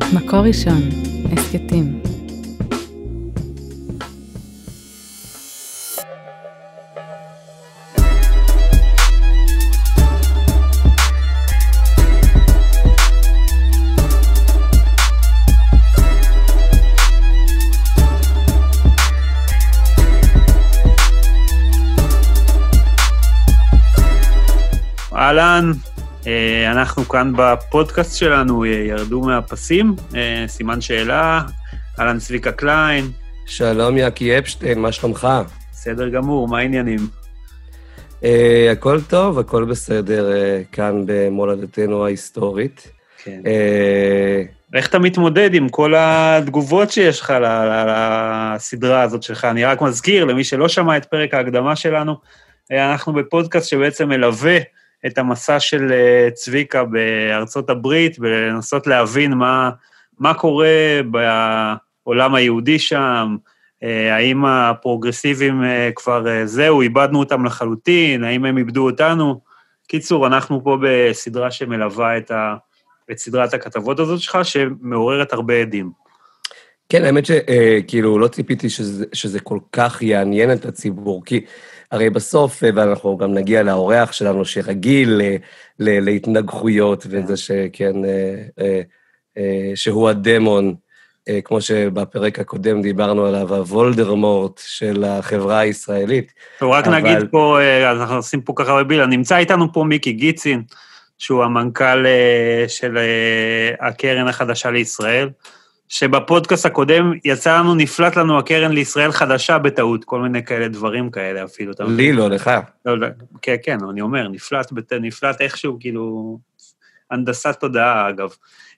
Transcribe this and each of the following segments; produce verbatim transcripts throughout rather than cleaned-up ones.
מקור ראשון, הסקטים. אהלן, אנחנו כאן בפודקאסט שלנו, ירדו מהפסים, סימן שאלה, אהלן צביקה קליין. שלום יקי אפשטיין, מה שלומך? בסדר גמור, מה העניינים? Uh, הכל טוב, הכל בסדר uh, כאן במולדתנו ההיסטורית. כן. Uh, איך אתה מתמודד עם כל התגובות שיש לך לסדרה הזאת שלך? אני רק מזכיר למי שלא שמע את פרק ההקדמה שלנו, אנחנו בפודקאסט שבעצם מלווה את המסע של צביקה בארצות הברית, ולנסות להבין מה, מה קורה בעולם היהודי שם, האם הפרוגרסיבים כבר זהו, איבדנו אותם לחלוטין, האם הם איבדו אותנו. קיצור, אנחנו פה בסדרה שמלווה את, ה, את סדרת הכתבות הזאת שלך, שמעוררת הרבה עדים. כן, האמת שכאילו לא ציפיתי שזה, שזה כל כך יעניין את הציבור, כי הרי בסוף, ואנחנו גם נגיע לאורח שלנו שרגיל ל, ל, להתנגחויות, וזה שכן, שהוא הדמון, כמו שבפרק הקודם דיברנו עליו, הוולדרמורט של החברה הישראלית. רק אבל... נגיד פה, אנחנו עושים פה ככה בבילה, נמצא איתנו פה מיקי גיצין, שהוא המנכ"ל של הקרן החדשה לישראל, שבפודקאסט הקודם יצא לנו, נפלט לנו הקרן לישראל חדשה בטעות, כל מיני כאלה דברים כאלה אפילו. לי לא, לך. לא, לא, כן, כן, אני אומר, נפלט, נפלט איכשהו, כאילו, הנדסת תודעה, אגב.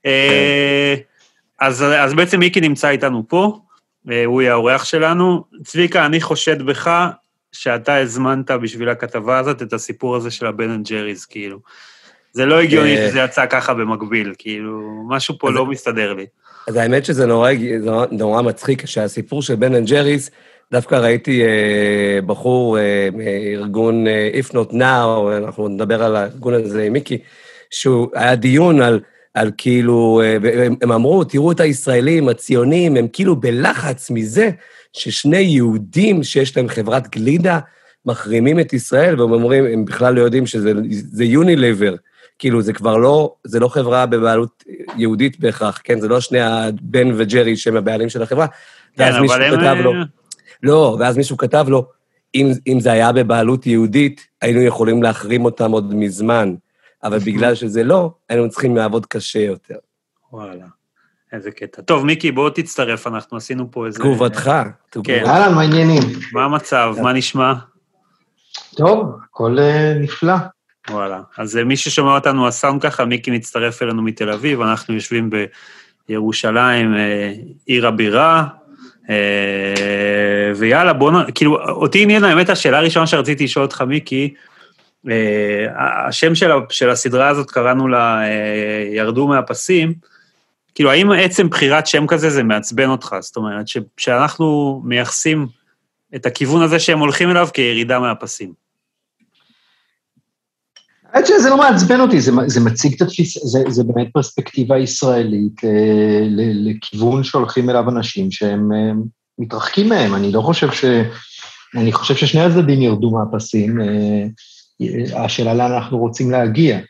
אז, אז בעצם מיקי נמצא איתנו פה, הוא יהיה האורח שלנו. צביקה, אני חושד בך שאתה הזמנת בשביל הכתבה הזאת את הסיפור הזה של הבן אנד ג'ריז, כאילו. זה לא הגיוני שזה יצא ככה במקביל, כאילו, משהו פה לא מסתדר לי. אז האמת שזה נורא, נורא מצחיק, שהסיפור של בן אנד ג'ריס, דווקא ראיתי אה, בחור אה, מארגון אה, If Not Now, אנחנו נדבר על הארגון הזה עם מיקי, שהוא היה דיון על, על כאילו, אה, הם, הם אמרו, תראו את הישראלים, הציונים, הם כאילו בלחץ מזה, ששני יהודים שיש להם חברת גלידה, מחרימים את ישראל, והם אומרים, הם בכלל לא יודעים שזה יוניליבר, כאילו, זה כבר לא, זה לא חברה בבעלות יהודית בהכרח, כן? זה לא שני הבן וג'רי שהם הבעלים של החברה. ואז מישהו כתב לו, לא, ואז מישהו כתב לו, אם, אם זה היה בבעלות יהודית, היינו יכולים להחרים אותם עוד מזמן, אבל בגלל שזה לא, היינו צריכים לעבוד קשה יותר. וואלה, איזה קטע. טוב, מיקי, בוא תצטרף, אנחנו עשינו פה איזה... תגובתך. כן. הלאה, מה העניינים? מה המצב? מה נשמע? טוב, הכל נפלא. וואלה, אז מי ששומע אותנו הסאונד ככה, מיקי מצטרף אלינו מתל אביב, אנחנו יושבים בירושלים, עיר הבירה, ויאללה, בוא נ... כאילו, אותי עניין, האמת, השאלה הראשונה שרציתי לשאול אותך, מיקי, השם של, של הסדרה הזאת, קראנו לה, ירדו מהפסים, כאילו, האם עצם בחירת שם כזה זה מעצבן אותך? זאת אומרת, שאנחנו מייחסים את הכיוון הזה שהם הולכים אליו כירידה מהפסים. עד שזה לא מעצבן אותי, זה, זה מציג את התפיסה, זה, זה באמת פרספקטיבה ישראלית ל, ל, לכיוון שהולכים אליו אנשים שהם מתרחקים מהם. אני לא חושב ש... אני חושב ששני הצדדים ירדו מהפסים, השאלה לאן אנחנו רוצים להגיע.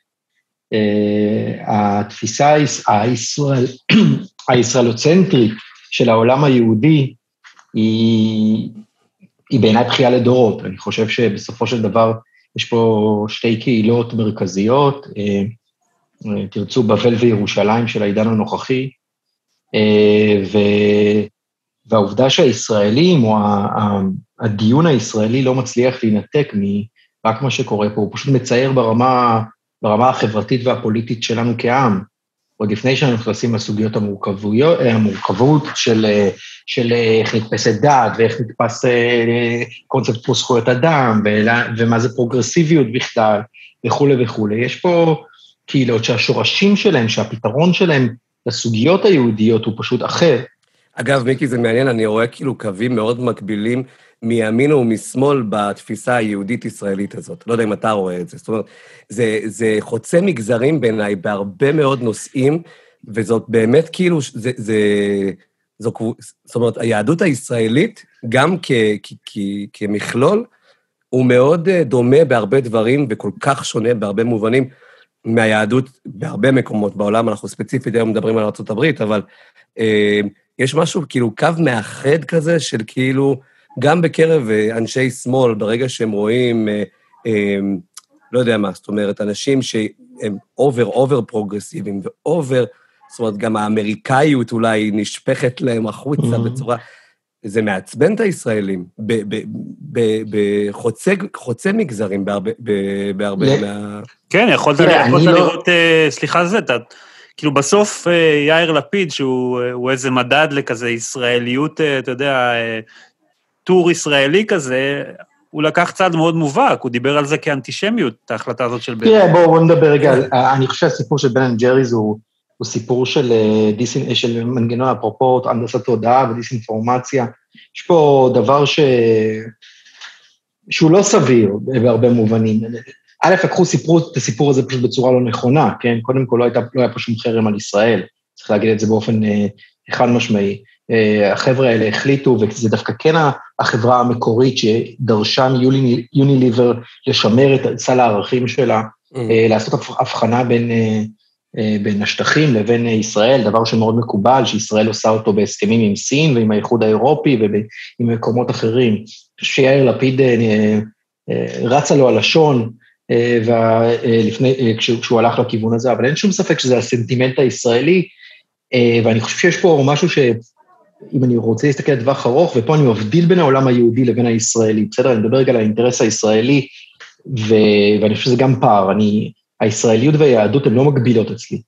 התפיסה הישראל, הישראלוצנטרית של העולם היהודי היא, היא בעיניי בחייה לדורות. אני חושב שבסופו של דבר יש פה שתי קהילות מרכזיות, תרצו בבל וירושלים של העידן הנוכחי, והעובדה שהישראלים, או הדיון הישראלי לא מצליח להינתק מרק מה שקורה פה, הוא פשוט מצייר ברמה, ברמה החברתית והפוליטית שלנו כעם, עוד לפני שאנחנו נכנסים לסוגיות המורכבות של, של איך נתפסת דת, ואיך נתפס קונספט פה זכויות אדם, ומה זה פרוגרסיביות בכלל, וכו' וכו'. יש פה קהילות שהשורשים שלהם, שהפתרון שלהם לסוגיות היהודיות הוא פשוט אחר. אגב, מיקי, זה מעניין, אני רואה כאילו קווים מאוד מקבילים מימין ומשמאל בתפיסה היהודית-ישראלית הזאת. לא יודע אם אתה רואה את זה. זאת אומרת, זה, זה חוצה מגזרים בעיניי בהרבה מאוד נושאים, וזאת באמת כאילו, זה, זה, זו, זאת אומרת, היהדות הישראלית, גם כ, כ, כ, כמכלול, הוא מאוד דומה בהרבה דברים, וכל כך שונה בהרבה מובנים, מהיהדות בהרבה מקומות בעולם, אנחנו ספציפית היום מדברים על ארצות הברית, אבל אה, יש משהו כאילו קו מאחד כזה, של כאילו, גם בקרב אנשי שמאל, ברגע שהם רואים, אה, אה, לא יודע מה, זאת אומרת, אנשים שהם אובר, אובר פרוגרסיביים, ואובר, זאת אומרת, גם האמריקאיות אולי נשפכת להם החוצה mm-hmm. בצורה... זה מעצבן את הישראלים, בחוצה מגזרים, בהרבה מה... כן, יכולת לראות, סליחה זה, כאילו בסוף יאיר לפיד, שהוא איזה מדד לכזה ישראליות, אתה יודע, טור ישראלי כזה, הוא לקח צעד מאוד מובהק, הוא דיבר על זה כאנטישמיות, את ההחלטה הזאת של בן. תראה, בואו נדבר רגע, אני חושב שהסיפור של בן אנד ג'ריז הוא סיפור של מנגנון אפרופורט, הנדסת תודעה ודיסאינפורמציה, יש פה דבר ש... שהוא לא סביר בהרבה מובנים. א', לקחו סיפרו את הסיפור הזה פשוט בצורה לא נכונה, כן? קודם כל לא, הייתה, לא היה פה שום חרם על ישראל, צריך להגיד את זה באופן אה, חד משמעי. אה, החבר'ה האלה החליטו, וזה דווקא כן החברה המקורית שדרשה מיוני, יוניליבר לשמר את סל הערכים שלה, mm. אה, לעשות הבחנה בין... אה, בין השטחים לבין ישראל, דבר שמאוד מקובל, שישראל עושה אותו בהסכמים עם סין ועם האיחוד האירופי ועם מקומות אחרים. שיאיר לפיד רצה לו הלשון לפני, כשהוא הלך לכיוון הזה, אבל אין שום ספק שזה הסנטימנט הישראלי, ואני חושב שיש פה משהו שאם אני רוצה להסתכל על טווח ארוך, ופה אני מבדיל בין העולם היהודי לבין הישראלי, בסדר? אני מדבר רגע על האינטרס הישראלי, ואני חושב שזה גם פער, אני... הישראליות והיהדות הן לא מגבילות אצלי.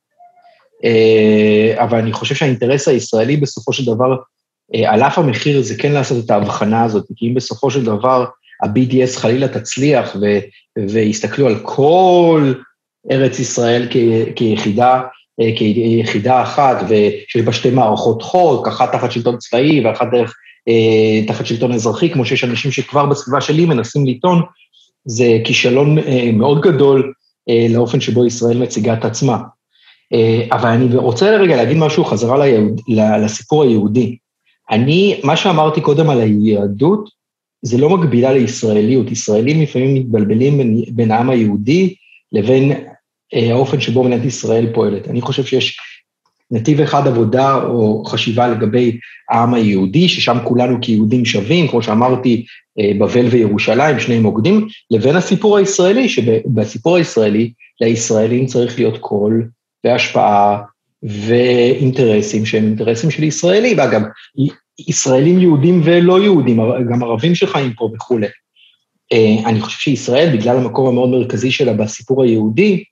אבל אני חושב שהאינטרס הישראלי בסופו של דבר, על אף המחיר זה כן לעשות את ההבחנה הזאת, כי אם בסופו של דבר ה-בי די אס חלילה תצליח, ויסתכלו על כל ארץ ישראל כיחידה, כיחידה אחת, ושיש בה שתי מערכות חוק, אחת תחת שלטון צבאי, ואחת דרך תחת שלטון אזרחי, כמו שיש אנשים שכבר בסביבה שלי מנסים לטעון, זה כישלון מאוד גדול, לאופן שבו ישראל מציגה את עצמה. אבל אני רוצה לרגע להגיד משהו חזרה ליהוד, לסיפור היהודי. אני, מה שאמרתי קודם על היהדות, זה לא מגבילה לישראליות. ישראלים לפעמים מתבלבלים בין, בין העם היהודי לבין האופן שבו מדינת ישראל פועלת. אני חושב שיש נתיב אחד עבודה או חשיבה לגבי העם היהודי, ששם כולנו כיהודים שווים, כמו שאמרתי, בבל וירושלים, שני מוקדים, לבין הסיפור הישראלי, שבסיפור הישראלי, לישראלים צריך להיות קול והשפעה ואינטרסים, שהם אינטרסים של ישראלי, ואגב, ישראלים יהודים ולא יהודים, גם ערבים שחיים פה וכו'. אני חושב שישראל, בגלל המקום המאוד מרכזי שלה בסיפור היהודי,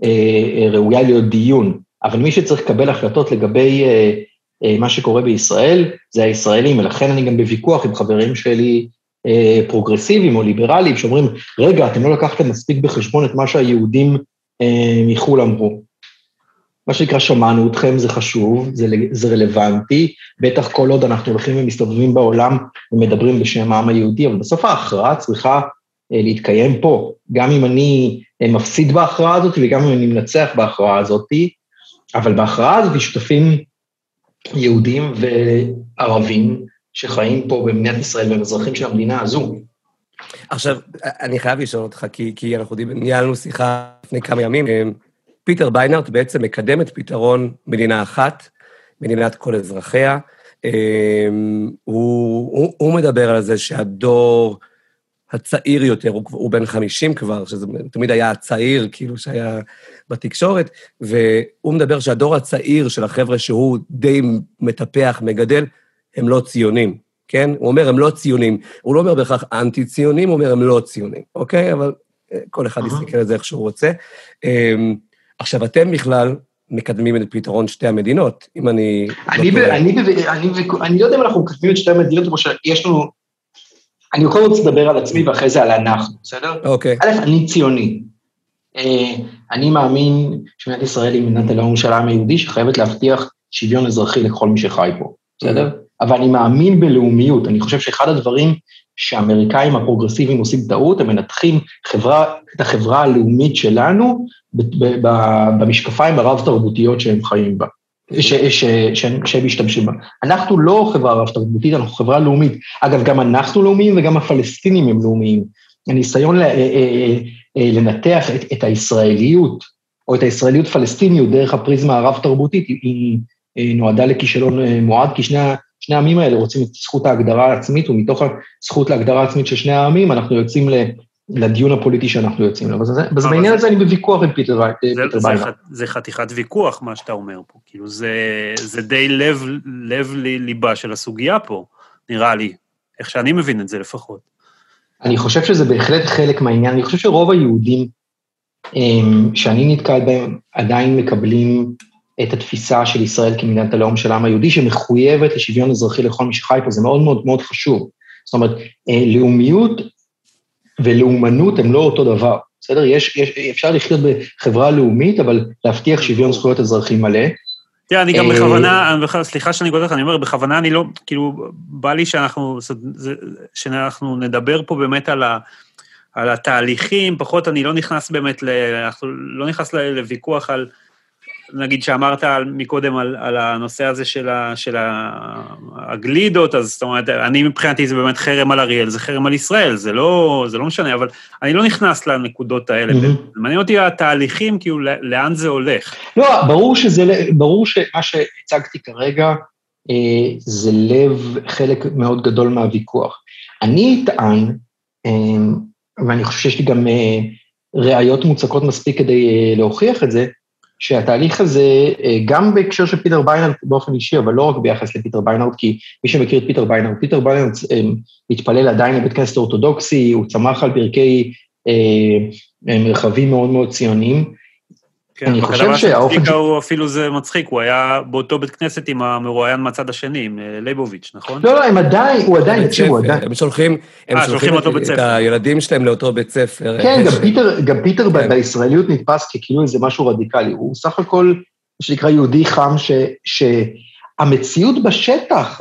ראויה להיות דיון, אבל מי שצריך לקבל החלטות לגבי מה שקורה בישראל, זה הישראלים, ולכן אני גם בוויכוח עם חברים שלי פרוגרסיביים או ליברליים, שאומרים, רגע, אתם לא לקחתם מספיק בחשבון את מה שהיהודים מחול אמרו. מה שנקרא, שמענו אתכם, זה חשוב, זה, זה רלוונטי, בטח כל עוד אנחנו הולכים ומסתובבים בעולם ומדברים בשם העם היהודי, אבל בסוף ההכרעה צריכה להתקיים פה, גם אם אני מפסיד בהכרעה הזאת, וגם אם אני מנצח בהכרעה הזאת, אבל בהכרעה הזאת שותפים יהודים וערבים שחיים פה במדינת ישראל, והם אזרחים של המדינה הזו. עכשיו, אני חייב לשאול אותך, כי, כי אנחנו ניהלנו שיחה לפני כמה ימים, פיטר ביינרט בעצם מקדם את פתרון מדינה אחת, מדינת כל אזרחיה, הוא, הוא, הוא מדבר על זה שהדור הצעיר יותר, הוא, הוא בן חמישים כבר, שזה תמיד היה הצעיר, כאילו שהיה בתקשורת, והוא מדבר שהדור הצעיר של החבר'ה שהוא די מטפח, מגדל, הם לא ציונים, כן? הוא אומר, הם לא ציונים. הוא לא אומר בכך אנטי-ציונים, הוא אומר, הם לא ציונים, אוקיי? אבל כל אחד יסתכל על זה איך שהוא רוצה. עכשיו, אתם בכלל מקדמים את פתרון שתי המדינות, אם אני... אני, לא אני, אני, אני, אני לא יודע אם אנחנו מקדמים את שתי המדינות, כמו שיש לנו... אני קודם רוצה לדבר על עצמי, ואחרי זה על אנחנו, בסדר? אוקיי. א', אני ציוני. אני מאמין שמדינת ישראל היא מדינת הלאום של העם היהודי, שחייבת להבטיח שוויון אזרחי לכל מי שחי פה, בסדר? אבל אני מאמין בלאומיות. אני חושב שאחד הדברים שהאמריקאים הפרוגרסיביים עושים טעות, הם מנתחים חברה, את החברה הלאומית שלנו, במשקפיים הרב תרבותיות שהם חיים בה. שהם משתמשים בה. אנחנו לא חברה רב תרבותית, אנחנו חברה לאומית. אגב, גם אנחנו לאומיים וגם הפלסטינים הם לאומיים. הניסיון לנתח את הישראליות, או את הישראליות פלסטיניות דרך הפריזמה הרב תרבותית, היא נועדה לכישלון מועד, כי שני העמים האלה רוצים את זכות ההגדרה העצמית, ומתוך הזכות להגדרה העצמית של שני העמים, אנחנו יוצאים לדיון הפוליטי שאנחנו יוצאים לו. אז בעניין הזה אני בוויכוח עם פיטר ביינר. זה חתיכת ויכוח, מה שאתה אומר פה. כאילו, זה די לב ליבה של הסוגיה פה, נראה לי, איך שאני מבין את זה לפחות. אני חושב שזה בהחלט חלק מהעניין. אני חושב שרוב היהודים שאני נתקל בהם עדיין מקבלים את התפיסה של ישראל כמדינת הלאום של העם היהודי, שמחויבת לשוויון אזרחי לכל מי שחי פה. זה מאוד מאוד מאוד חשוב. זאת אומרת, לאומיות ולאומנות הם לא אותו דבר, בסדר? יש, יש, אפשר לחיות בחברה לאומית, אבל להבטיח שוויון זכויות אזרחים מלא. תראה, אני גם בכוונה, סליחה שאני קודם, אני אומר, בכוונה אני לא, כאילו, בא לי שאנחנו, שאנחנו נדבר פה באמת על ה, על התהליכים, פחות אני לא נכנס באמת, אנחנו לא נכנס לוויכוח על, נגיד שאמרת מקודם על, על הנושא הזה של, ה, של הגלידות, אז זאת אומרת, אני מבחינתי זה באמת חרם על אריאל, זה חרם על ישראל, זה לא, זה לא משנה, אבל אני לא נכנס לנקודות האלה. Mm-hmm. מעניין אותי התהליכים, כאילו, לאן זה הולך. לא, ברור שזה, ברור שמה שהצגתי כרגע, זה לב חלק מאוד גדול מהוויכוח. אני אטען, ואני חושב שיש לי גם ראיות מוצקות מספיק כדי להוכיח את זה, שהתהליך הזה, גם בהקשר של פיטר ביינרד באופן אישי, אבל לא רק ביחס לפיטר ביינרד, כי מי שמכיר את פיטר ביינרד, פיטר ביינרד מתפלל עדיין לבית כנסת אורתודוקסי, הוא צמח על ברכי מרחבים מאוד מאוד ציוניים. אני חושב שהאופן... הוא אפילו זה מצחיק, הוא היה באותו בית כנסת עם המרואיין מהצד השני, עם ליבוביץ', נכון? לא, לא, הם עדיין, הוא עדיין, הוא עדיין. הם שולחים את הילדים שלהם לאותו בית ספר. כן, גם פיטר בישראליות נתפס ככאילו איזה משהו רדיקלי, הוא סך הכל, שנקרא יהודי חם, שהמציאות בשטח,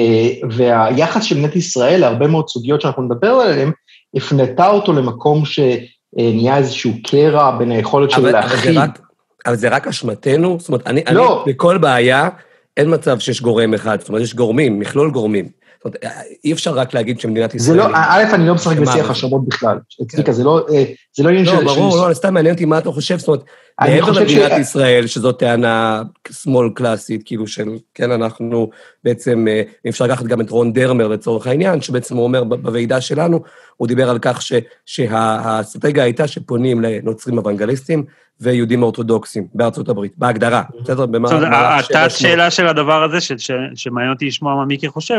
והיחס של מדינת ישראל, להרבה מאוד סוגיות שאנחנו נדבר עליהן, הפנתה אותו למקום שנהיה איזשהו קרע בין היכולת שלו להכיל. אבל זה רק אשמתנו? זאת אומרת, אני, לא. אני, בכל בעיה, אין מצב שיש גורם אחד, זאת אומרת, יש גורמים, מכלול גורמים. זאת אומרת, אי אפשר רק להגיד שמדינת ישראל... זה לא, א', אני לא משחק בשיח השמות בכלל. צביקה, זה לא, זה לא עניין של... לא, ברור, לא, סתם מעניין אותי מה אתה חושב, זאת אומרת, מעבר למדינת ישראל, שזאת טענה שמאל קלאסית, כאילו של, כן, אנחנו בעצם, אפשר לקחת גם את רון דרמר לצורך העניין, שבעצם הוא אומר בוועידה שלנו, הוא דיבר על כך שהאסטרטגיה הייתה שפונים לנוצרים אוונגליסטים, ויהודים אורתודוקסים בארצות הברית, בהגדרה. בסדר? התת שאלה של הדבר הזה, שמעניין אותי לשמוע מה מיקי חושב,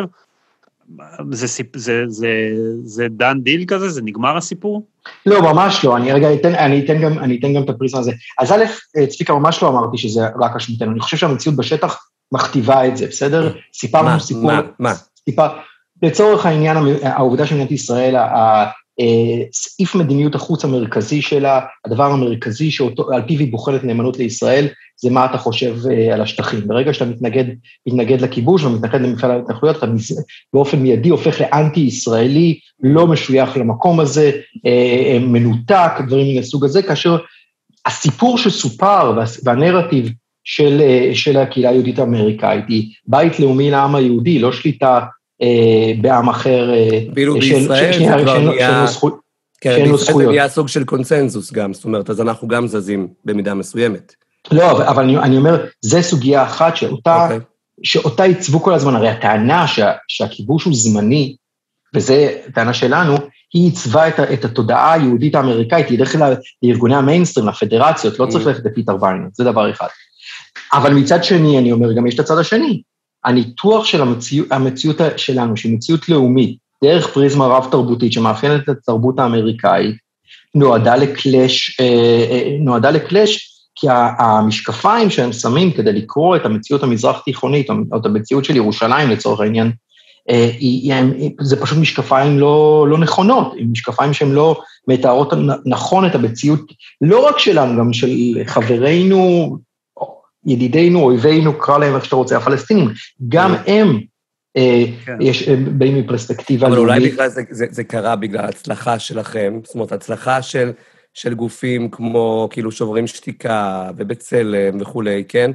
זה דן דיל כזה? זה נגמר הסיפור? לא, ממש לא. אני רגע אתן גם את הפריזמה הזה. אז א', צביקה, ממש לא אמרתי שזה רק אשמתנו. אני חושב שהמציאות בשטח מכתיבה את זה, בסדר? סיפרנו סיפור... מה? מה? לצורך העניין, העובדה של מדינת ישראל, סעיף מדיניות החוץ המרכזי שלה, הדבר המרכזי שעל פיו היא בוחרת נאמנות לישראל, זה מה אתה חושב על השטחים. ברגע שאתה מתנגד, מתנגד לכיבוש ומתנגד למפעל ההתנחלויות, אתה באופן מיידי הופך לאנטי-ישראלי, לא משוייך למקום הזה, מנותק, דברים מן הסוג הזה, כאשר הסיפור שסופר והנרטיב של, של הקהילה היהודית האמריקאית היא בית לאומי לעם היהודי, לא שליטה בעם אחר, בילו בישראל, זה כבר נהיה, כן, בישראל זה נהיה סוג של קונסנזוס גם, זאת אומרת, אז אנחנו גם זזים במידה מסוימת. לא, אבל אני, אני אומר, זה סוגיה אחת שאותה, okay. שאותה יצבו כל הזמן, הרי הטענה שה, שהכיבוש הוא זמני, וזה טענה שלנו, היא יצבה את, את התודעה היהודית האמריקאית, היא דרך לארגוני המיינסטרים, לפדרציות, לא צריך ללכת לפיטר ביינרד, זה דבר אחד. אבל מצד שני, אני אומר, גם יש את הצד השני, הניתוח של המציאות, המציאות שלנו, שהיא מציאות לאומית, דרך פריזמה רב-תרבותית, שמאפיינת את התרבות האמריקאית, נועדה לקלש, נועדה לקלש, כי המשקפיים שהם שמים כדי לקרוא את המציאות המזרח-תיכונית, או את המציאות של ירושלים לצורך העניין, זה פשוט משקפיים לא, לא נכונות, משקפיים שהם לא מתארות נכון את המציאות, לא רק שלנו, גם של חברינו, ידידינו, אויבינו, קרא להם איך שאתה רוצה, הפלסטינים, גם הם יש באים מפרספקטיבה. אבל אולי בגלל זה קרה בגלל ההצלחה שלכם, זאת אומרת, הצלחה של של גופים כמו כאילו שוברים שתיקה ובצלם וכולי, כן?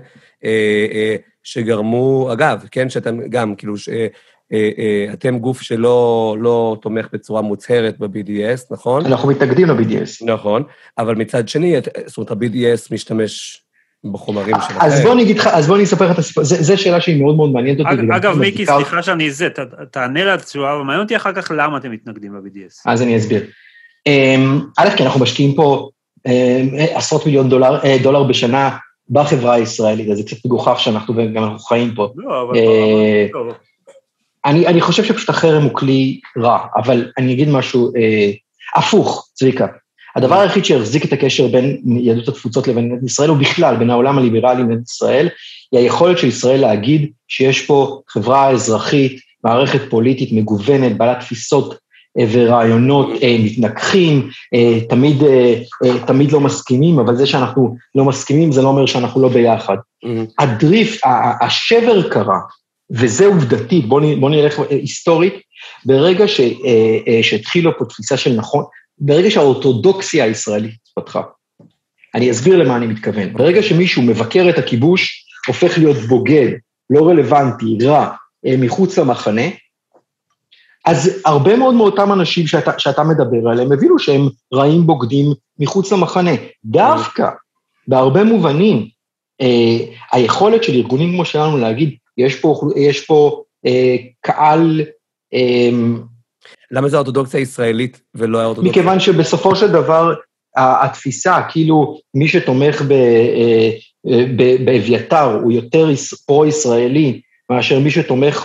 שגרמו, אגב, כן, שאתם גם, כאילו, אתם גוף שלא לא תומך בצורה מוצהרת ב-בי די אס, נכון? אנחנו מתנגדים ל-בי די אס. נכון, אבל מצד שני, זאת אומרת, ה-בי די אס משתמש בחומרים שלכם. אז בוא אני אגיד לך, אז בוא אני אספר לך את הסיפור, זו שאלה שהיא מאוד מאוד מעניינת אותי. אגב, מיקי, סליחה שאני זה, תענה לה תשובה, אבל מעניין אותי אחר כך למה אתם מתנגדים ל-בי די אס. אז אני אסביר. א', כי אנחנו משקיעים פה עשרות מיליון דולר בשנה בחברה הישראלית, אז זה קצת מגוחך שאנחנו גם אנחנו חיים פה. לא, אבל... אני, אני חושב שפשוט החרם הוא כלי רע, אבל אני אגיד משהו אה, הפוך, צביקה. הדבר היחיד שהחזיק את הקשר בין יהדות התפוצות לבין מדינת ישראל, ובכלל בין העולם הליברלי למדינת ישראל, היא היכולת של ישראל להגיד שיש פה חברה אזרחית, מערכת פוליטית מגוונת, בעלת תפיסות אה, ורעיונות אה, מתנגחים, אה, תמיד, אה, אה, תמיד לא מסכימים, אבל זה שאנחנו לא מסכימים, זה לא אומר שאנחנו לא ביחד. Mm-hmm. הדריפט, השבר קרה, וזה עובדתית, בוא, בוא נלך היסטורית, ברגע ש, שהתחילו פה תפיסה של נכון, ברגע שהאורתודוקסיה הישראלית פתחה, אני אסביר למה אני מתכוון, ברגע שמישהו מבקר את הכיבוש, הופך להיות בוגד, לא רלוונטי, רע, מחוץ למחנה, אז הרבה מאוד מאותם אנשים שאתה, שאתה מדבר עליהם, הבינו שהם רעים בוגדים מחוץ למחנה, דווקא, בהרבה מובנים, היכולת של ארגונים כמו שלנו להגיד, יש פה, יש פה אה, קהל... אה, למה זה האורתודוקסיה הישראלית ולא האורתודוקסיה? מכיוון שבסופו של דבר, התפיסה, כאילו מי שתומך ב, אה, ב, באביתר, הוא יותר פרו-ישראלי, מאשר מי שתומך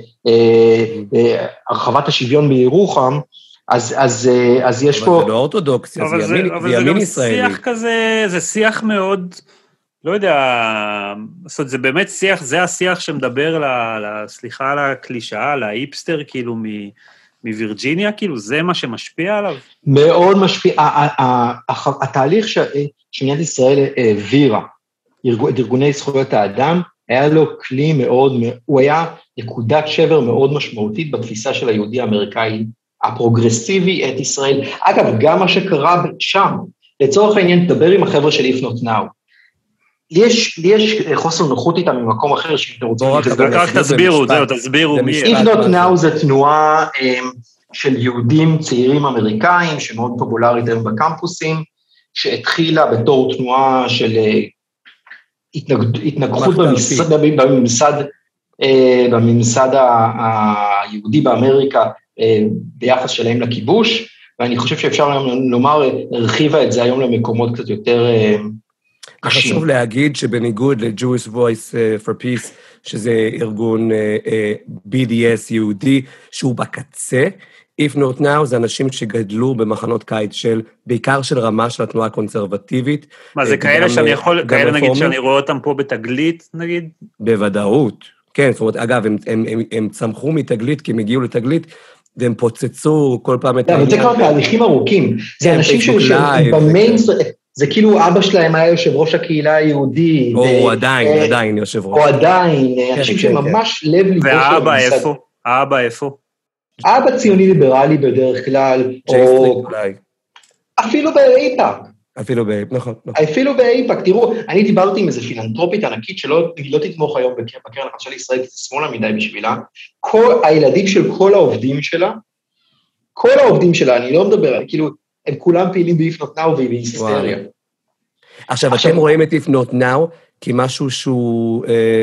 בהרחבת השוויון בירוחם, אז, אז, אז יש אבל פה... אבל זה לא אורתודוקסיה, זה ימין, זה ימין ישראלי. אבל זה גם שיח כזה, זה שיח מאוד... לא יודע, זאת אומרת, זה באמת שיח, זה השיח שמדבר, סליחה על הקלישאה, על ההיפסטר, כאילו, מווירג'יניה, כאילו, זה מה שמשפיע עליו? מאוד משפיע, התהליך שמדינת ישראל העבירה, את ארגוני זכויות האדם, היה לו כלי מאוד, הוא היה נקודת שבר מאוד משמעותית בתפיסה של היהודי האמריקאי, הפרוגרסיבי את ישראל. אגב, גם מה שקרה שם, לצורך העניין, תדבר עם החבר'ה של If Not Now, לי יש, לי יש חוסר נוחות איתם ממקום אחר, שאתם רוצים... רק תסבירו, זהו, תסבירו מי... If Not Now זה תנועה של יהודים צעירים אמריקאים, שמאוד פופולרית היום בקמפוסים, שהתחילה בתור תנועה של התנגחות בממסד, בממסד היהודי באמריקה, ביחס שלהם לכיבוש, ואני חושב שאפשר לומר, הרחיבה את זה היום למקומות קצת יותר... חשוב להגיד שבניגוד ל-Jewish Voice for Peace, שזה ארגון בי די אס יהודי, שהוא בקצה, If Not Now זה אנשים שגדלו במחנות קיץ של, בעיקר של רמה של התנועה הקונסרבטיבית. מה, זה כאלה שאני יכול, כאלה נגיד שאני רואה אותם פה בתגלית, נגיד? בוודאות, כן, זאת אומרת, אגב, הם, הם, הם, הם צמחו מתגלית, כי הם הגיעו לתגלית, והם פוצצו כל פעם את העניין. זה כבר תהליכים ארוכים, זה אנשים שבמיינסטרים, זה כאילו אבא שלהם היה יושב ראש הקהילה היהודית. או עדיין, עדיין יושב ראש. או עדיין, אנשים שממש לב ליבו. והאבא איפה? האבא איפה? אבא ציוני ליברלי בדרך כלל, או... אפילו באיפאק. אפילו באיפאק, נכון. אפילו באיפאק, תראו, אני דיברתי עם איזו פילנטרופית ענקית שלא תתמוך היום בקרן החדשה לישראל, כי זה שמאלה מדי בשבילה. כל הילדים של כל העובדים שלה, כל העובדים שלה, אני לא מדבר, כאילו, הם כולם פעילים ב-If Not Now ובהיסטריה. עכשיו, אתם רואים את If Not Now כמשהו שהוא,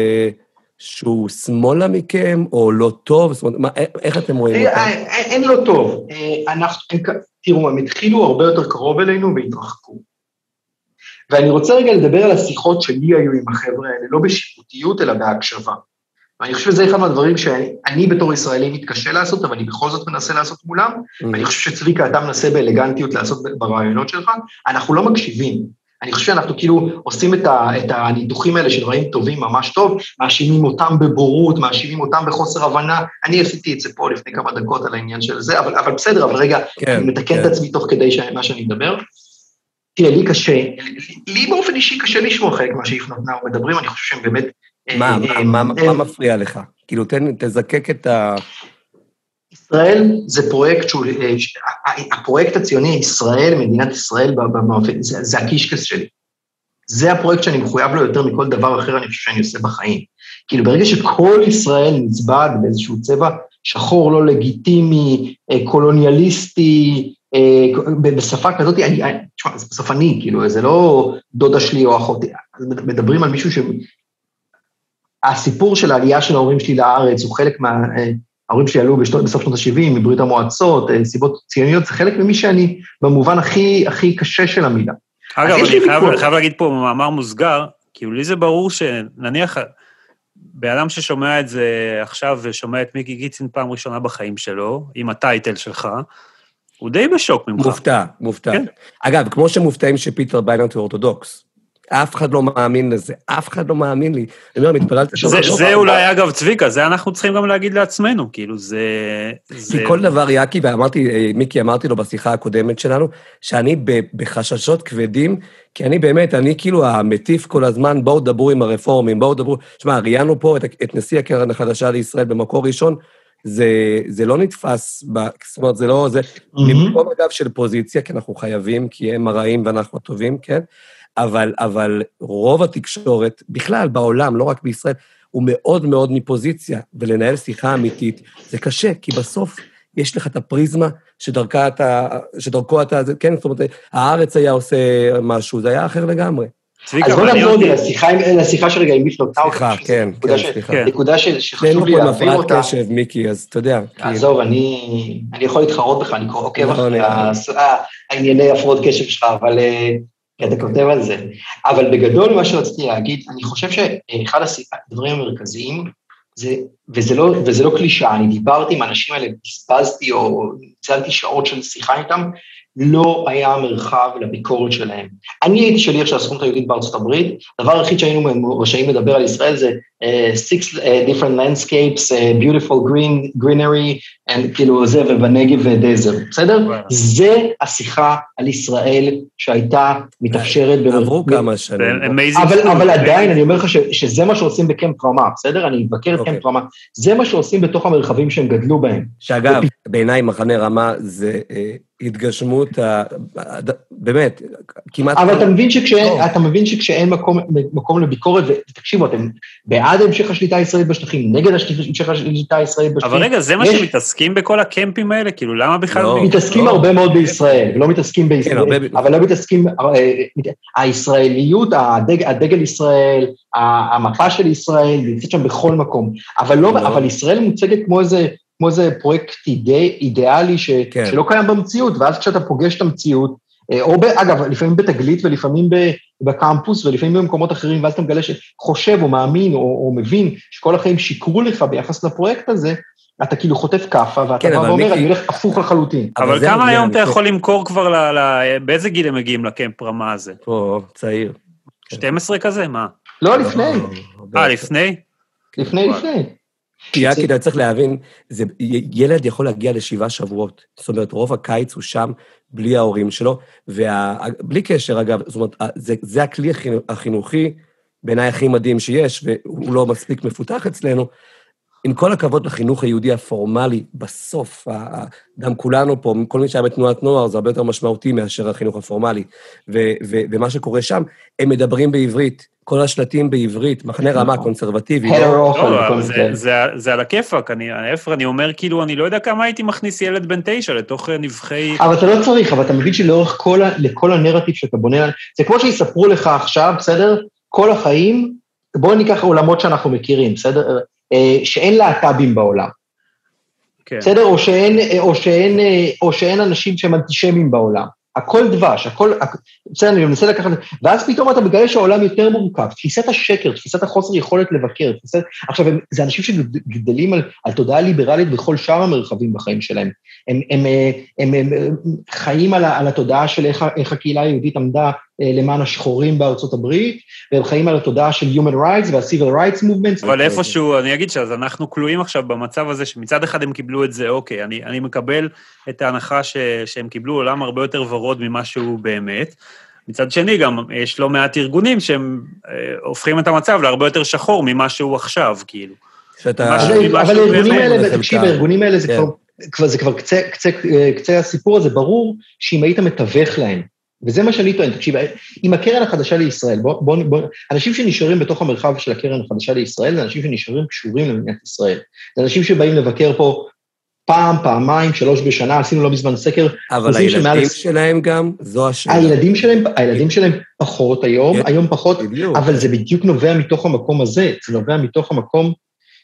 שהוא שמאלה מכם, או לא טוב? זאת אומרת, איך אתם רואים אותם? אין לא טוב. תראו, הם התחילו הרבה יותר קרוב אלינו והתרחקו. ואני רוצה רגע לדבר על השיחות שלי היו עם החבר'ה האלה, לא בשיפוטיות, אלא בהקשבה. ואני חושב שזה אחד מהדברים שאני בתור ישראלי מתקשה לעשות, אבל אני בכל זאת מנסה לעשות מולם, ואני חושב שצביקה, אתה מנסה באלגנטיות לעשות ברעיונות שלך, אנחנו לא מקשיבים. אני חושב שאנחנו כאילו עושים את, ה, את הניתוחים האלה של רעים טובים ממש טוב, מאשימים אותם בבורות, מאשימים אותם בחוסר הבנה, אני עשיתי את זה פה לפני כמה דקות על העניין של זה, אבל, אבל בסדר, אבל רגע, כן, אני מתקן כן. את עצמי תוך כדי מה שאני מדבר. תראה, לי קשה, לי באופן אישי קשה לשמוע חלק מה ש-If Not Now מדברים, אני חושב שהם באמת... מה, מה, מה, מה מפריע לך? כאילו, תזקק את ה... ישראל זה פרויקט שהוא, הפרויקט הציוני, ישראל, מדינת ישראל, זה, זה הקישקס שלי. זה הפרויקט שאני מחויב לו יותר מכל דבר אחר, אני חושב שאני עושה בחיים. כאילו ברגע שכל ישראל נצבד באיזשהו צבע שחור, לא לגיטימי, קולוניאליסטי, בשפה כזאת, אני, תשמע, זה בסוף אני, כאילו, זה לא דודה שלי או אחותי, מדברים על מישהו ש... הסיפור של העלייה של ההורים שלי לארץ, הוא חלק מה... ההורים שלי עלו בסוף שנות ה-שבעים, מברית המועצות, סיבות ציוניות, זה חלק ממי שאני, במובן הכי, הכי קשה של המילה. אגב, אני חייב, חייב להגיד פה מאמר מוסגר, כאילו לי זה ברור שנניח, באדם ששומע את זה עכשיו, ושומע את מיקי גיצין פעם ראשונה בחיים שלו, עם הטייטל שלך, הוא די בשוק ממך. מופתע, מופתע. כן. אגב, כמו שמופתעים שפיטר ביינרט הוא אורתודוקס, אף אחד לא מאמין לזה, אף אחד לא מאמין לי. אני אומר, מתפללת... זה, זה אולי, אגב, צביקה, זה אנחנו צריכים גם להגיד לעצמנו, כאילו, זה... כי כל דבר, יאקי, ואמרתי, מיקי, אמרתי לו בשיחה הקודמת שלנו, שאני בחששות כבדים, כי אני באמת, אני כאילו המטיף כל הזמן, בואו דברו עם הרפורמים, בואו דברו... שמע, ראיינו פה את, את נשיא הקרן החדשה לישראל במקור ראשון, זה, זה לא נתפס, ב, זאת אומרת, זה לא... זה במקום אגב של פוזיציה, כי אנחנו חייבים, כי הם הרעים ואנחנו הטובים, כן? אבל, אבל רוב התקשורת, בכלל בעולם, לא רק בישראל, הוא מאוד מאוד מפוזיציה, ולנהל שיחה אמיתית, זה קשה, כי בסוף יש לך את הפריזמה שדרכה אתה, שדרכו אתה, כן, זאת אומרת, הארץ היה עושה משהו, זה היה אחר לגמרי. אז בוא נעבור לשיחה שרגע עם מיפלוט טאו. סליחה, כן, כן, סליחה. נקודה שחשוב לי להעביר אותה. מפרעת קשב, מיקי, אז אתה יודע. עזוב, אני יכול להתחרות בך, אני עוקב אחרי הענייני הפרעות קשב שלך, אבל... כי אתה כותב על זה. אבל בגדול מה שרציתי להגיד, אני חושב שאחד הדברים המרכזיים, זה, וזה לא, וזה לא קלישה, אני דיברתי עם האנשים האלה, הספזתי או ניצלתי שעות של שיחה איתם, לא היה מרחב לביקורת שלהם. אני הייתי שליח של הסוכנות היהודית בארצות הברית, הדבר היחיד שהיינו רשאים לדבר על ישראל זה uh, six uh, different landscapes, uh, beautiful green, greenery, and כאילו זה, ובנגב ודזר, בסדר? Wow. זה השיחה על ישראל שהייתה מתאפשרת במרחב. עברו כמה שנים. אבל, אבל עדיין, אני אומר לך ש, שזה מה שעושים בקמפ רמה, בסדר? אני אבקר את okay. קמפ רמה. זה מה שעושים בתוך המרחבים שהם גדלו בהם. שאגב, בעיניי מחנה רמה זה... התגשמות, באמת, כמעט... אבל אתה מבין שכשאין, אתה מבין שכשאין מקום, מקום לביקורת, ותקשיבו, אתם בעד המשך השליטה הישראלית בשטחים, נגד המשך השליטה הישראלית בשטחים. אבל רגע, זה מה שמתעסקים בכל הקמפים האלה? כאילו, למה בכלל... מתעסקים הרבה מאוד בישראל, ולא מתעסקים בישראל, אבל לא מתעסקים... הישראליות, הדגל ישראל, המפה של ישראל, נמצאת שם בכל מקום, אבל ישראל מוצגת כמו איזה... כמו איזה פרויקט אידיאלי ש... כן. שלא קיים במציאות, ואז כשאתה פוגש את המציאות, או ב... אגב, לפעמים בתגלית ולפעמים בקמפוס ולפעמים במקומות אחרים, ואז אתה מגלה שחושב או מאמין או, או מבין שכל החיים שיקרו לך ביחס לפרויקט הזה, אתה כאילו חוטף כפה, ואתה כן, בא ואומר, מיקי... אני הולך הפוך לחלוטין. אבל, אבל כמה היום אתה יכול למכור כבר, ל... ל... באיזה גיל הם מגיעים לקמפ רמה הזה? פה, צעיר. שתים עשרה כזה, מה? לא, לפני. אה, לפני? לפני, לפני. כי רק כדי צריך להבין, זה, ילד יכול להגיע לשבעה שבועות, זאת אומרת, רוב הקיץ הוא שם בלי ההורים שלו, ובלי קשר, אגב, זאת אומרת, זה, זה הכלי החינוכי, בעיניי הכי מדהים שיש, והוא לא מספיק מפותח אצלנו, עם כל הכבוד לחינוך היהודי הפורמלי, בסוף, גם כולנו פה, כל מי שהיה בתנועת נוער, זה הרבה יותר משמעותי מאשר החינוך הפורמלי, ו, ו, ומה שקורה שם, הם מדברים בעברית, כל השלטים בעברית, מחנה רמה קונסרבטיבי. זה על הכיפק, אני אומר כאילו, אני לא יודע כמה הייתי מכניס ילד בן תשע לתוך נבחי... אבל אתה לא צריך, אבל אתה מבין שלאורך כל הנרטיב שאתה בונה, זה כמו שיספרו לך עכשיו, בסדר? כל החיים, בואו ניקח עולמות שאנחנו מכירים, בסדר? שאין להט"בים בעולם. בסדר? או שאין אנשים שהם אנטישמים בעולם. הכל דבש, הכל, בסדר, אני מנסה לקחת, ואז פתאום אתה מגלה שהעולם יותר מורכב, תפיסת השקר, תפיסת החוסר יכולת לבקר, תפיסת, עכשיו, זה אנשים שגדלים על, על תודעה ליברלית בכל שאר המרחבים בחיים שלהם, הם, הם, הם, הם, הם חיים על, על התודעה של איך, איך הקהילה היהודית עמדה למען השחורים בארצות הברית, והם חיים על התודעה של Human Rights וה-Civil Rights Movements. אבל איפשהו, אני אגיד שאז אנחנו כלואים עכשיו במצב הזה, שמצד אחד הם קיבלו את זה, אוקיי, אני, אני מקבל את ההנחה ש, שהם קיבלו עולם הרבה יותר ורוד ממה שהוא באמת, מצד שני גם יש לא מעט ארגונים שהם אה, הופכים את המצב להרבה יותר שחור ממה שהוא עכשיו, כאילו. אבל הארגונים האלה, תקשיב, הארגונים האלה זה כבר... כבר, זה כבר קצה, קצה, קצה הסיפור הזה, ברור שאם היית מתווך להם, וזה מה שאני טוען, תקשיב, עם הקרן החדשה לישראל, בוא, בוא, בוא, אנשים שנשארים בתוך המרחב של הקרן החדשה לישראל, זה אנשים שנשארים קשורים למדינת ישראל, זה אנשים שבאים לבקר פה פעם, פעמיים, שלוש בשנה, עשינו לא מזמן סקר. אבל הילדים שמעל... שלהם גם, זו השאלה. הילדים שלהם, הילדים שלהם פחות היום, היום פחות, אבל זה בדיוק נובע מתוך המקום הזה, זה נובע מתוך המקום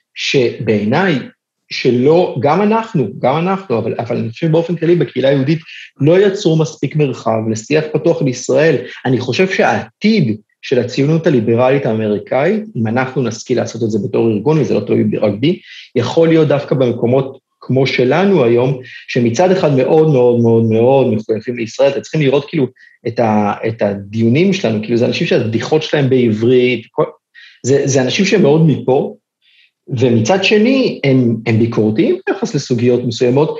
שבעיניי, שלא, גם אנחנו, גם אנחנו, אבל, אבל אני חושב באופן כללי בקהילה היהודית, לא יצרו מספיק מרחב לשיח פתוח לישראל. אני חושב שהעתיד של הציונות הליברלית האמריקאית, אם אנחנו נשכיל לעשות את זה בתור ארגון, וזה לא תלוי רק בי, יכול להיות דווקא במקומות כמו שלנו היום, שמצד אחד מאוד מאוד מאוד מאוד מחויבים לישראל, אתם צריכים לראות כאילו את, ה, את הדיונים שלנו, כאילו זה אנשים שהבדיחות שלהם בעברית, כל, זה, זה אנשים שמאוד מפה, ומצד שני הם, הם ביקורתיים ביחס לסוגיות מסוימות,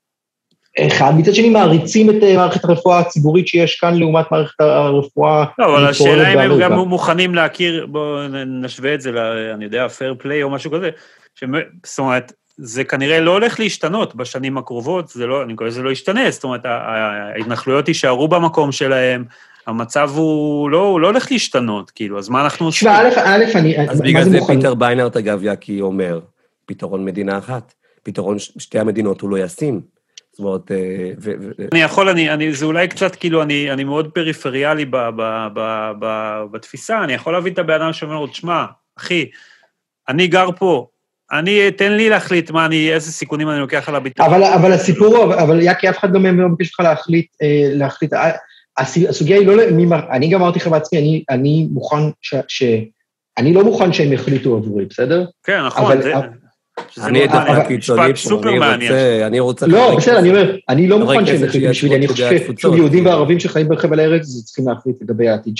אחד, מצד שני מעריצים את מערכת הרפואה הציבורית שיש כאן לעומת מערכת הרפואה... לא, אבל השאלה אם הם גם מוכנים להכיר, בואו נשווה את זה, אני יודע, fair play או משהו כזה, זאת אומרת, זה כנראה לא הולך להשתנות בשנים הקרובות, זה לא, אני מקווה שזה לא ישתנה, זאת אומרת, ההתנחלויות יישארו במקום שלהם, המצב הוא לא, הוא לא הולך להשתנות, כאילו, אז מה אנחנו עושים? א', א', אני... אז בגלל זה פיטר ביינרט, אגב, יקי אומר, פתרון מדינה אחת, פתרון שתי המדינות הוא לא ישים, זאת אומרת... אני יכול, אני, אני, זה אולי קצת, כאילו, אני, אני מאוד פריפריאלי ב, ב, ב, ב, בתפיסה, אני יכול להביא את הבאדם שאומר לו, תשמע, אחי, אני גר פה, אני, תן לי להחליט מה אני, איזה סיכונים אני לוקח על הביטוח. אבל, אבל הסיפור, אבל יקי, אף אחד גם לא מבקש לך להחליט, להחליט, הסוגיה היא לא, אני גם אמרתי לך בעצמי, אני, אני מוכן ש, ש, אני לא מוכן שהם יחליטו עבורי, בסדר? כן, נכון, זה... אני את הקיצוני פה, אני רוצה... לא, בסדר, אני אומר, אני לא מוכן שהם יחליטו בשבילי, אני חושב שיהודים וערבים שחיים בחבל הארץ, זה צריכים להחליט לגבי העתיד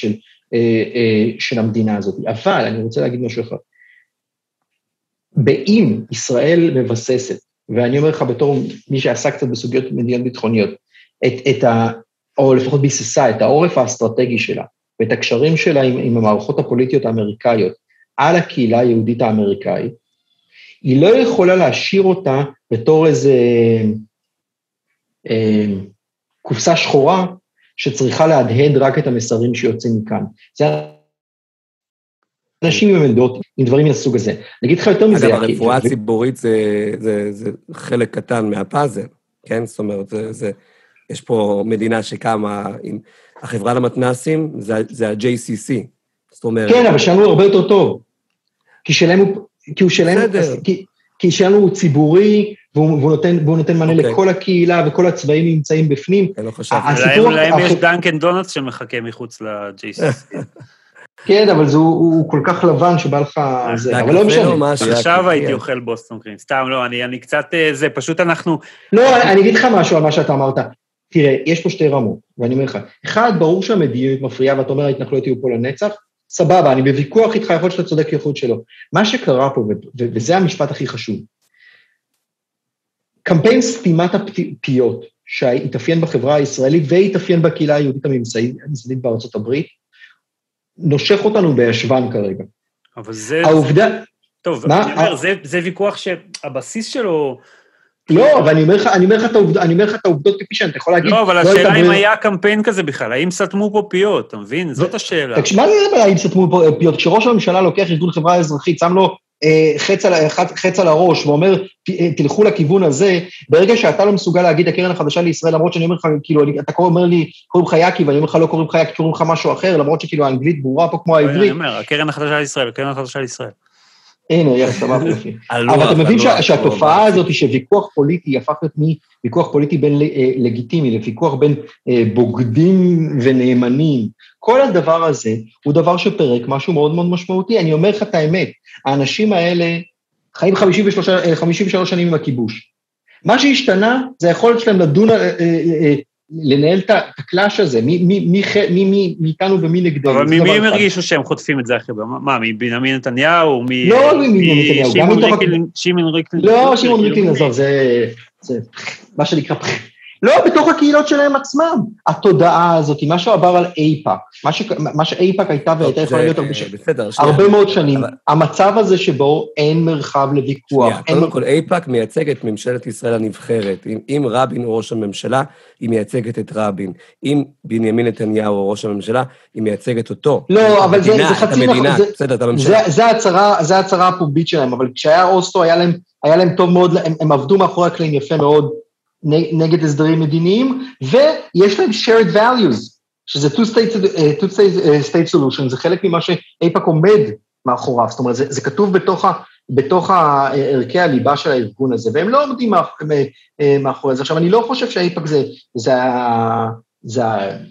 של המדינה הזאת. אבל אני רוצה להגיד משהו אחד. באם ישראל מבססת, ואני אומר לך בתור מי שעסק קצת בסוגיות מדיניות ביטחוניות, את, את ה, או לפחות ביססה, את העורף האסטרטגי שלה, ואת הקשרים שלה עם, עם המערכות הפוליטיות האמריקאיות, על הקהילה היהודית האמריקאית, היא לא יכולה להשאיר אותה בתור איזה אה, קופסה שחורה, שצריכה להדהד רק את המסרים שיוצאים מכאן. זה אנשים עם עמדות, עם דברים מהסוג הזה. נגיד לך יותר מזה... אגב, הרפואה הציבורית זה, זה, זה חלק קטן מהפאזל, כן? זאת אומרת, זה, זה, יש פה מדינה שקמה עם החברה למתנ"סים, זה, זה ה-ג'יי סי סי. זאת אומרת... כן, אבל שלנו הרבה יותר טוב. כי שלנו, כי הוא שלנו, כי, כי שלנו הוא ציבורי, והוא, והוא נותן, והוא נותן מענה okay. לכל הקהילה, וכל הצבעים נמצאים בפנים. אני לא חשבתי. להם, להם יש דנקן דונלדס שמחכה מחוץ ל-ג'יי סי סי. כן, אבל זה הוא כל כך לבן שבא לך זה, אבל לא משנה. עכשיו הייתי אוכל בוסטון קרים, סתם לא, אני קצת, זה פשוט אנחנו... לא, אני אגיד לך משהו על מה שאתה אמרת. תראה, יש פה שתי רמות, ואני אומר לך, אחד, ברור שהמדיניות מפריעה, ואתה אומר, ההתנחלויות יהיו פה לנצח, סבבה, אני בוויכוח איתך, יכול שאתה צודק יכול שלו. מה שקרה פה, וזה המשפט הכי חשוב, קמפיין סתימת הפיות, שהתאפיין בחברה הישראלית, והתאפיין בקהילה היהודית הממסדית בארצות הברית, נושך אותנו בישבן כרגע. אבל זה... העובדה... טוב, אני אומר, זה ויכוח שהבסיס שלו... לא, אבל אני אומר לך, אני אומר לך את העובדות, אני אומר לך את העובדות כפי שאני, אתה יכול להגיד... לא, אבל השאלה אם היה קמפיין כזה בכלל, האם סתמו פה פיות, אתה מבין? זאת השאלה. מה זה אומר, האם סתמו פה פיות? כשראש הממשלה לוקח ארגון חברה אזרחית, שם לו חץ על הראש, ואומר, תלכו לכיוון הזה, ברגע שאתה לא מסוגל להגיד הקרן החדשה לישראל, למרות שאני אומר לך, כאילו, אתה אומר לי, קוראים לך יקי, ואני אומר לך, לא קוראים לך יקי, קוראים לך משהו אחר, למרות שכאילו האנגלית ברורה פה כמו העברית. אני אומר, הקרן החדשה לישראל, הקרן החדשה לישראל. הנה, יאללה, סבבה, יפי. אבל אתה מבין שהתופעה הזאת היא שוויכוח פוליטי הפך להיות מוויכוח פוליטי בין לגיטימי, לוויכוח בין בוגדים ונאמנים. כל הדבר הזה הוא דבר שפרק משהו מאוד מאוד משמעותי. אני אומר לך את האמת, האנשים האלה חיים חמישים ושלוש שנים עם הכיבוש. מה שהשתנה זה היכולת שלהם לדון, לנהל את הקלאש הזה, מי מאיתנו ומי נגדנו. אבל ממי הם הרגישו שהם חוטפים את זה אחרי? מה, מבנימין נתניהו? לא, מבנימין נתניהו. שמעון ריקלין? לא, שמעון ריקלין, עזוב, זה מה שנקרא, לא, בתוך הקהילות שלהם עצמם. התודעה הזאת, מה שעבר על אייפאק, מה, ש... מה שאייפאק הייתה והייתה יכולה להיות הרבה, ש... הרבה מאוד שנים, אבל... המצב הזה שבו אין מרחב לוויכוח. שנייה, אין... קודם כל, אייפאק מייצגת ממשלת ישראל הנבחרת. אם, אם רבין הוא ראש הממשלה, היא מייצגת את רבין. אם בנימין נתניהו הוא ראש הממשלה, היא מייצגת אותו. לא, אבל זה, זה חצי נכון. זה, בסדר, את הממשלה. זה, זה הצרה, זה הצרה הפומבית שלהם, אבל כשהיה אוסטו, היה להם, היה להם טוב מאוד, הם, הם עבדו מאחורי הקלעים יפה מאוד, נגד הסדרים מדיניים, ויש להם shared values, שזה two state, two state, state solution, זה חלק ממה שאיפאק עומד מאחוריו, זאת אומרת, זה, זה כתוב בתוך, ה, בתוך ערכי הליבה של הארגון הזה, והם לא עומדים מאחורי זה. עכשיו, אני לא חושב שאיפאק זה, זה, זה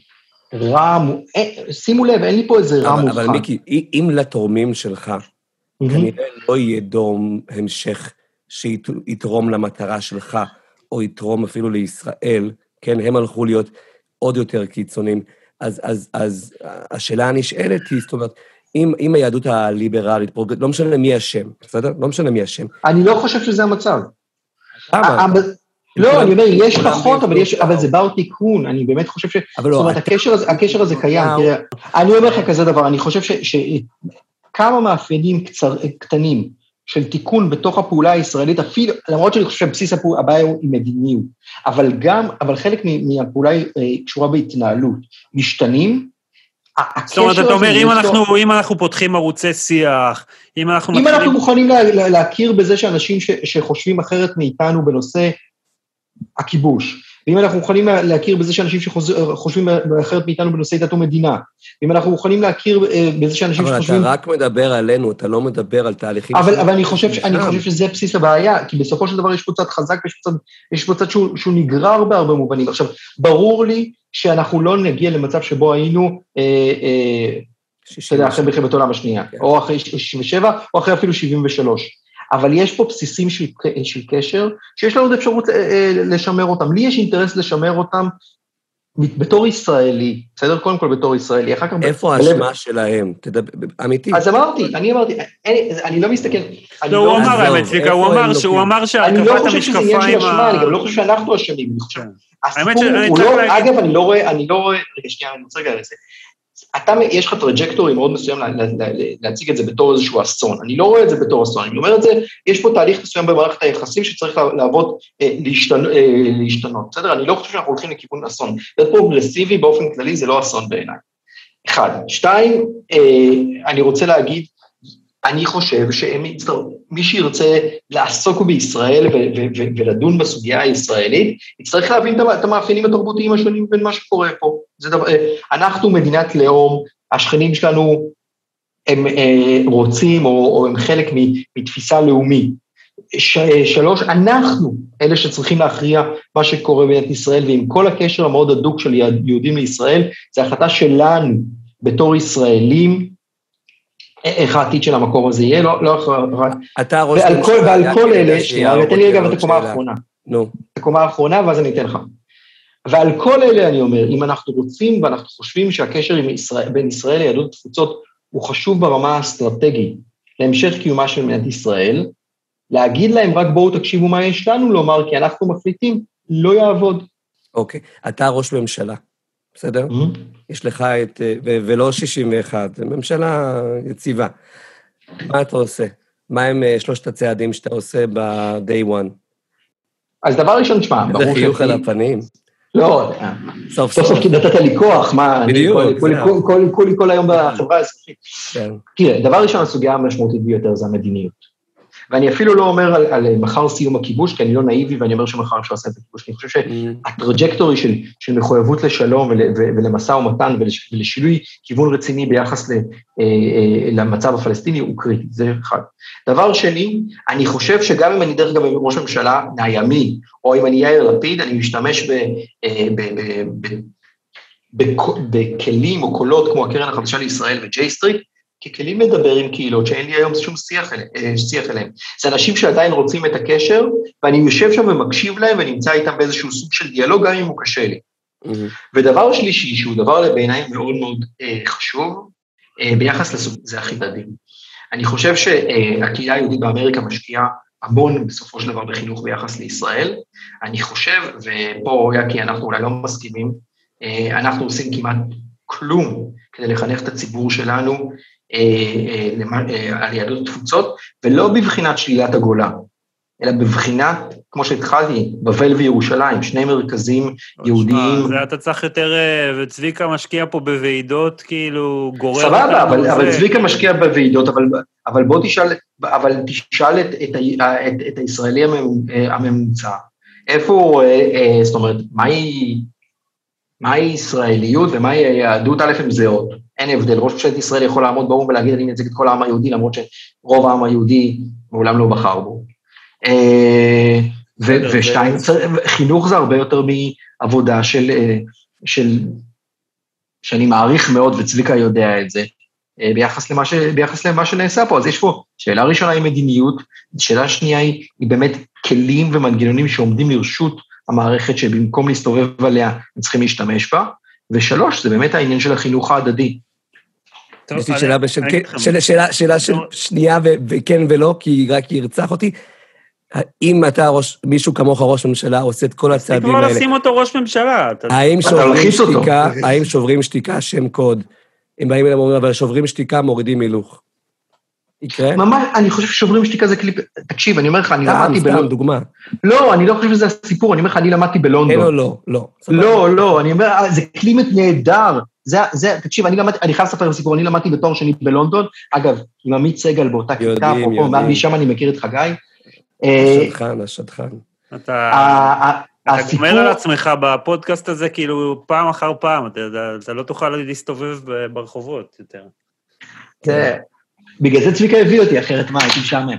רע, שימו לב, אין לי פה איזה רע מובחן. אבל מיקי, אם לתורמים שלך, כנראה לא יהיה דום המשך שיתרום למטרה שלך, או יתרום אפילו לישראל, כן, הם הלכו להיות עוד יותר קיצונים, אז, אז, אז השאלה הנשאלת היא, זאת אומרת, אם, אם היהדות הליברלית, לא משנה מי השם, בסדר? לא משנה מי השם. אני לא חושב שזה המצב. למה? לא, אני אומר, יש פחות, אבל, יש, אבל זה בר תיקון, אני באמת חושב ש... זאת אומרת, הקשר הזה, הקשר הזה קיים, תראה, אני אומר לך כזה דבר, אני חושב שכמה מאפיינים קטנים, של תיקון בתוך הפעולה הישראלית, אפילו, למרות שאני חושב שבסיס הבעיה הוא מדיניות, אבל גם, אבל חלק מהפעולה קשורה בהתנהלות, משתנים, זאת אומרת, אתה אומר, אם אנחנו, אם אנחנו פותחים ערוצי שיח, אם אנחנו... אם אנחנו מוכנים להכיר בזה שאנשים שחושבים אחרת מאיתנו בנושא הכיבוש, ואם אנחנו מוכנים להכיר בזה שאנשים שחושבים אחרת מאיתנו בנושא דת ומדינה, ואם אנחנו מוכנים להכיר בזה שאנשים שחושבים... אבל אתה רק מדבר עלינו, אתה לא מדבר על תהליכים... אבל, אבל אני חושב, אני חושב שזה בסיס הבעיה, כי בסופו של דבר יש פה צד חזק, ויש פה צד שהוא, שהוא נגרר בהרבה מובנים. עכשיו, ברור לי שאנחנו לא נגיע למצב שבו היינו, אתה יודע, אחרי מלחמת העולם השנייה, או אחרי שישים ושבע, או אחרי אפילו שבעים ושלוש. אבל יש פה בסיסים של, של קשר, שיש לנו אפשרות לשמר אותם. לי יש אינטרס לשמר אותם בתור ישראלי, בסדר? קודם כל בתור ישראלי. איפה האשמה שלהם? אמיתי. אז אמרתי, אני אמרתי, אני לא מסתכל... לא, הוא אמר, האמת, צביקה, הוא אמר שהוא אמר שהרכפת המשקפיים... אני גם לא חושב שאנחנו אשמים, אני חושב. אגב, אני לא רואה, אני לא רואה, רגע, שנייה, אני רוצה רגע לזה. אתה, יש לך טראג'קטורי מאוד מסוים להציג את זה בתור איזשהו אסון. אני לא רואה את זה בתור אסון. אני אומר את זה, יש פה תהליך מסוים במערכת היחסים שצריך לעבוד, להשתנות. בסדר? אני לא חושב שאנחנו הולכים לכיוון אסון. זה פרוגרסיבי באופן כללי, זה לא אסון בעיניי. אחד. שתיים, אני רוצה להגיד, אני חושב שמי שירצה לעסוק בישראל ולדון בסוגיה הישראלית, יצטרך להבין את המאפיינים התרבותיים השונים בין מה שקורה פה. אנחנו מדינת לאום, השכנים שלנו הם רוצים או הם חלק מתפיסה לאומית. שלוש, אנחנו אלה שצריכים להכריע מה שקורה במדינת ישראל, ועם כל הקשר המאוד הדוק של יהודים לישראל, זה החלטה שלנו בתור ישראלים, איך העתיד של המקום הזה יהיה, לא, לא, אתה ראש ועל כל, ועל כל אלה, שנייה, תן לי רגע את הקומה האחרונה. נו. את הקומה האחרונה, ואז אני אתן לך. ועל כל אלה אני אומר, אם אנחנו רוצים, ואנחנו חושבים שהקשר עם ישראל, בין ישראל ליהדות התפוצות, הוא חשוב ברמה האסטרטגית, להמשך קיומה של מדינת ישראל, להגיד להם רק בואו תקשיבו מה יש לנו לומר, כי אנחנו מחליטים, לא יעבוד. אוקיי, אתה ראש ממשלה. בסדר? Mm-hmm. יש לך את, ו- ולא שישים ואחת, זה ממשלה יציבה. מה אתה עושה? מה הם שלושת הצעדים שאתה עושה ב-day one? אז דבר ראשון, תשמע, ברור שלי... זה חיוך על הפנים. לא, סוף סוף נתת לי כוח, מה, בדיוק, אני כל היום בחברה האזרחית. תראה, דבר ראשון, הסוגיה המשמעותית ביותר זה המדיניות. ואני אפילו לא אומר על, על מחר סיום הכיבוש, כי אני לא נאיבי, ואני אומר שמחר אפשר לעשות את הכיבוש. אני חושב שהטראג'קטורי של, של מחויבות לשלום ול, ולמשא ומתן ולש, ולשינוי כיוון רציני ביחס ל, למצב הפלסטיני הוא קריטי, זה אחד. דבר שני, אני חושב שגם אם אני דרך גם ראש ממשלה מהימין, או אם אני יאיר לפיד, אני משתמש ב, ב, ב, ב, ב, בכלים או קולות כמו הקרן החדשה לישראל וג'יי סטריט, ככלים לדבר עם קהילות שאין לי היום שום שיח, שיח אליהם. זה אנשים שעדיין רוצים את הקשר, ואני יושב שם ומקשיב להם, ונמצא איתם באיזשהו סוג של דיאלוג, גם אם הוא קשה לי. Mm-hmm. ודבר שלישי, שהוא דבר בעיניי מאוד מאוד אה, חשוב, אה, ביחס לסוג, זה החידדים. אני חושב שהקהילה היהודית באמריקה משקיעה המון בסופו של דבר בחינוך ביחס לישראל. אני חושב, ופה יקי אנחנו אולי לא מסכימים, אנחנו עושים כמעט כלום כדי לחנך את הציבור שלנו על יהדות התפוצות, ולא בבחינת שלילת הגולה, אלא בבחינת, כמו שהתחלתי, בבל וירושלים, שני מרכזים יהודיים. זה אתה צריך יותר, וצביקה משקיע פה בוועידות, כאילו גורר... סבבה, אבל, אבל צביקה משקיע בוועידות, אבל, אבל בוא תשאל, אבל תשאל את, את, את, את הישראלי הממוצע, איפה, זאת אומרת, מהי, מהי ישראליות ומהי היהדות? א' הם זהות, אין הבדל, ראש ממשלת ישראל יכול לעמוד באום ולהגיד, אני מייצג את כל העם היהודי, למרות שרוב העם היהודי מעולם לא בחר בו. ושתיים, חינוך זה הרבה יותר מעבודה של, של, שאני מעריך מאוד, וצביקה יודע את זה, ביחס למה, ש, ביחס למה שנעשה פה. אז יש פה, שאלה ראשונה היא מדיניות, שאלה שנייה היא, היא באמת כלים ומנגנונים שעומדים לרשות המערכת, שבמקום להסתובב עליה, הם צריכים להשתמש בה, ושלוש, זה באמת העניין של החינוך ההדדי. יש לי שאלה של שנייה וכן ולא, כי רק ירצח אותי, אם אתה ראש, מישהו כמוך ראש ממשלה עושה את כל הצעדים האלה... תקווה לשים אותו ראש ממשלה. האם שוברים שתיקה, האם שוברים שתיקה שם קוד? אם באים אליהם אומרים, אבל שוברים שתיקה מורידים הילוך. יקרה? ממש, אני חושב ששוברים שתיקה זה קליפ... תקשיב, אני אומר לך, אני למדתי בלונדון. סתם, דוגמה. לא, אני לא חושב שזה הסיפור, אני אומר לך, אני למדתי בלונדון. כן או לא, לא. לא, לא, אני אומר, זה קלימט נהדר. זה, זה, תקשיב, אני למדתי, אני חייב לספר בסיפור, אני למדתי בתואר שני בלונדון, אגב, עם עמית סגל באותה כיתה, משם אני מכיר את חגי. השדכן, השדכן. אתה גומר על עצמך בפודקאסט הזה, כאילו פעם אחר פעם, אתה לא תוכל להסתובב ברחובות יותר. בגלל זה צביקה הביא אותי, אחרת מה, הייתי משעמם.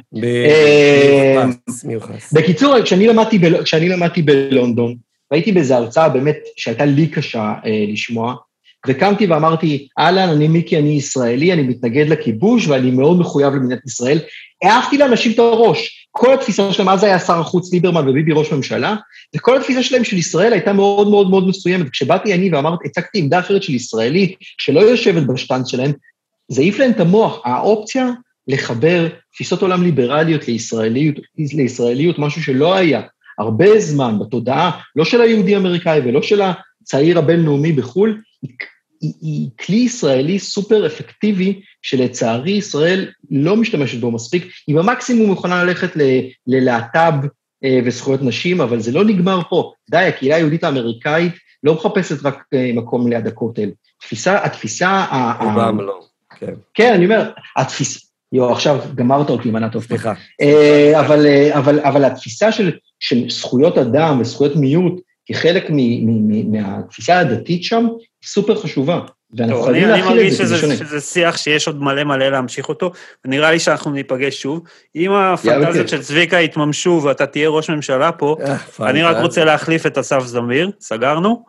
מיוחס. בקיצור, כשאני למדתי בלונדון, והייתי באיזו הרצאה באמת שהייתה לי קשה לשמוע, וקמתי ואמרתי, אהלן, אני מיקי, אני ישראלי, אני מתנגד לכיבוש, ואני מאוד מחויב למדינת ישראל. העפתי לאנשים את הראש. כל התפיסה שלהם, אז היה שר החוץ ליברמן וביבי ראש ממשלה, וכל התפיסה שלהם של ישראל הייתה מאוד מאוד מאוד מסוימת. כשבאתי אני ואמרתי, הצגתי עמדה אחרת של ישראלי, שלא יושבת בשטנץ שלהם, זה העיף להם את המוח. האופציה לחבר תפיסות עולם ליברליות לישראליות, לישראליות, משהו שלא היה הרבה זמן בתודעה, לא של היהודי האמריקאי ולא של הצעיר הבינלאומי בחול, היא, היא, היא כלי ישראלי סופר אפקטיבי, שלצערי ישראל לא משתמשת בו מספיק, היא במקסימום מוכנה ללכת ללהט"ב וזכויות נשים, אבל זה לא נגמר פה. די, הקהילה היהודית האמריקאית לא מחפשת רק מקום ליד הכותל. תפיסה, התפיסה... רובם לא, כן. כן, אני אומר, התפיסה... יו, עכשיו גמרת אותי, מנה טוב. סליחה. אבל, אבל, אבל התפיסה של, של זכויות אדם וזכויות מיעוט, כחלק מהתפיסה הדתית שם, היא סופר חשובה. טוב, אני, אני מרגיש שזה, שזה שיח שיש עוד מלא מלא להמשיך אותו, ונראה לי שאנחנו ניפגש שוב. אם הפנטזיות של צביקה יתממשו ואתה תהיה ראש ממשלה פה, אני רק רוצה להחליף את אסף זמיר, סגרנו?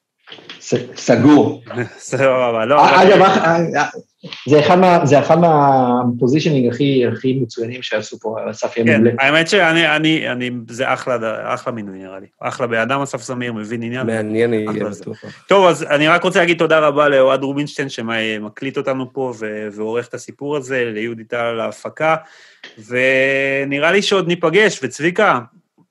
סגור. סבבה, לא. אגב, זה אחד מהפוזישנינג הכי מצוינים שעשו פה, אסף יהיה מעולה. כן, האמת שאני, זה אחלה מינוי נראה לי. אחלה באדם, אסף זמיר, מבין עניין. מעניין, יהיה בטוח. טוב, אז אני רק רוצה להגיד תודה רבה לאוהד רובינשטיין, שמקליט אותנו פה ועורך את הסיפור הזה, ליהודי טל על ההפקה, ונראה לי שעוד ניפגש, וצביקה,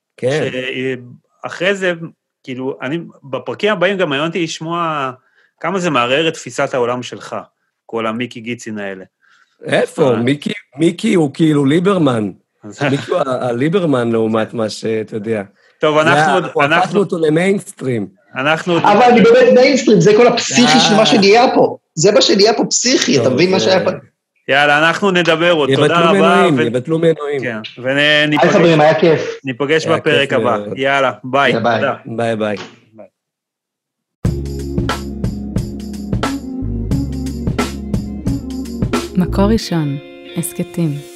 אחרי זה, כאילו, אני, בפרקים הבאים גם מעיינתי לשמוע כמה זה מערער את תפיסת העולם שלך, כל המיקי גיצין האלה. איפה? מיקי, מיקי הוא כאילו ליברמן. מיקי הוא הליברמן לעומת מה שאתה יודע. טוב, אנחנו... אנחנו הפכנו אותו למיינסטרים. אנחנו... אבל אני באמת מיינסטרים, זה כל הפסיכי של מה שנהיה פה. זה מה שנהיה פה פסיכי, אתה מבין מה שהיה פה? יאללה, אנחנו נדבר עוד, תודה רבה. יבטלו מנועים. כן, היי חברים, היה כיף. ניפגש בפרק הבא. יאללה, ביי. ביי ביי. מקור ראשון, הסקטים.